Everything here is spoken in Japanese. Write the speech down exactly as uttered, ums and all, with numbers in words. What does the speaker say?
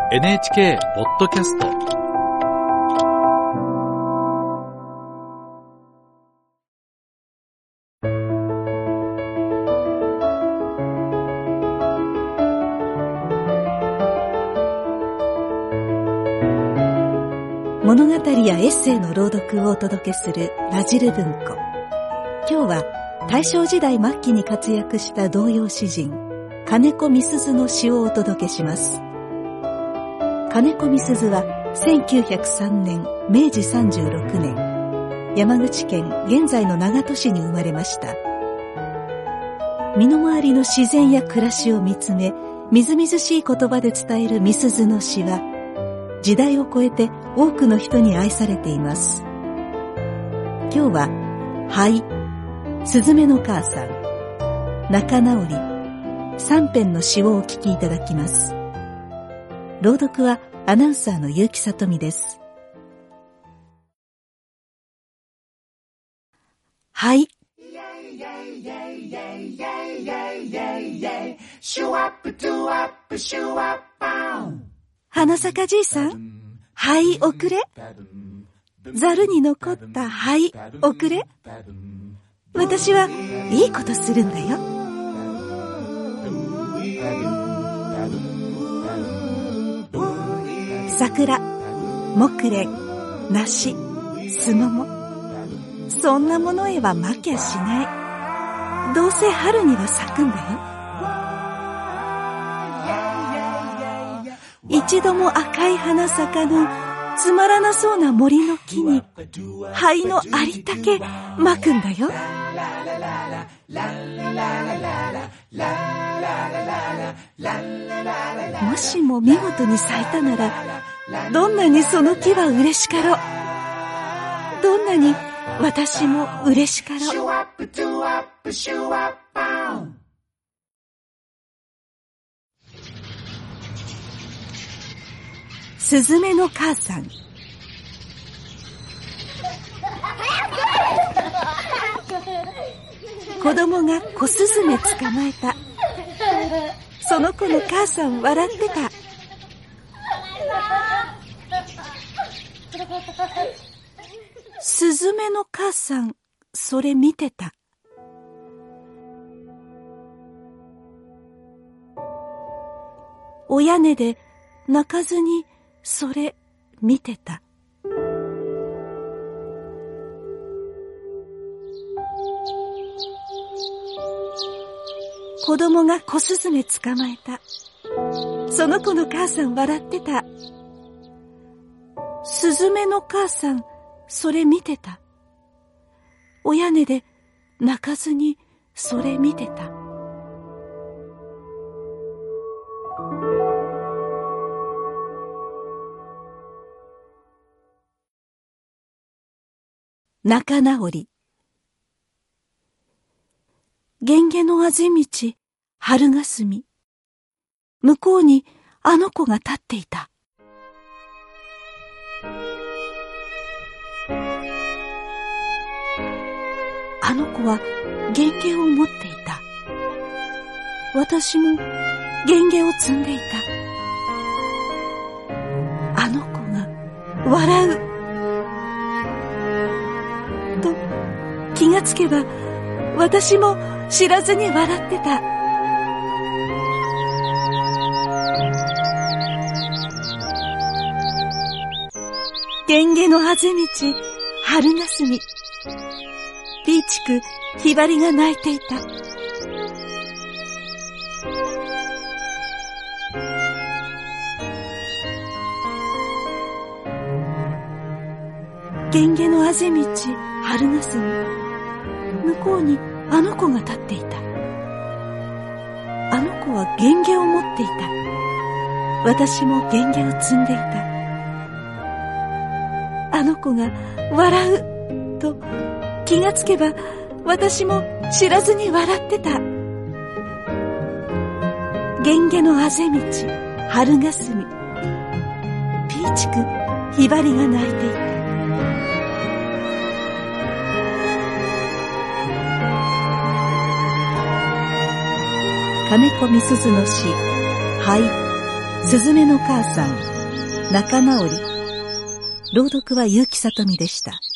エヌエイチケー ポッドキャスト物語やエッセイの朗読をお届けするラジル文庫。今日は大正時代末期に活躍した童謡詩人金子みすゞの詩をお届けします。金子みすゞはせんきゅうひゃくさんねんめいじさんじゅうろくねん、山口県現在の長門市に生まれました。身の回りの自然や暮らしを見つめ、みずみずしい言葉で伝えるみすゞの詩は時代を超えて多くの人に愛されています。今日は灰、すずめの母さん、仲直り、三編の詩をお聞きいただきます。朗読はアナウンサーの結城さとみです。はい。花坂じいさん、はいおくれ。ざるに残ったはいおくれ。私はいいことするんだよ。桜、木蓮、梨、すもも、そんなものへは負けしない。どうせ春には咲くんだよ。一度も赤い花咲かぬつまらなそうな森の木に灰のありったけまくんだよ。もしも見事に咲いたなら、どんなにその木は嬉しかろう。どんなに私も嬉しかろう。すずめの母さん。子供が小スズメ捕まえた。その子の母さん笑ってた。スズメの母さんそれ見てた。お屋根で泣かずにそれ見てた。子供が小スズメ捕まえた。その子の母さん笑ってた。スズメの母さんそれ見てた。お屋根で泣かずにそれ見てた。仲直り。源華のあぜ道、春がすみ。向こうにあの子が立っていた。あの子は源華を持っていた。私も源華を摘んでいた。あの子が笑う。と気がつけば、私も知らずに笑ってた。源華のあぜ道、春がすみ。ピーチク、ひばりが泣いていた。源華のあぜ道、春がすみ。向こうにあの子が立っていた。あの子は源華を持っていた。私も源華を摘んでいた。あの子が笑うと気がつけば、私も知らずに笑ってた。源華のあぜ道、春がすみ。ピーチク、ひばりが泣いていた。金子みすゞの詩、灰、 すずめの母さん、仲直り。朗読は結城さとみでした。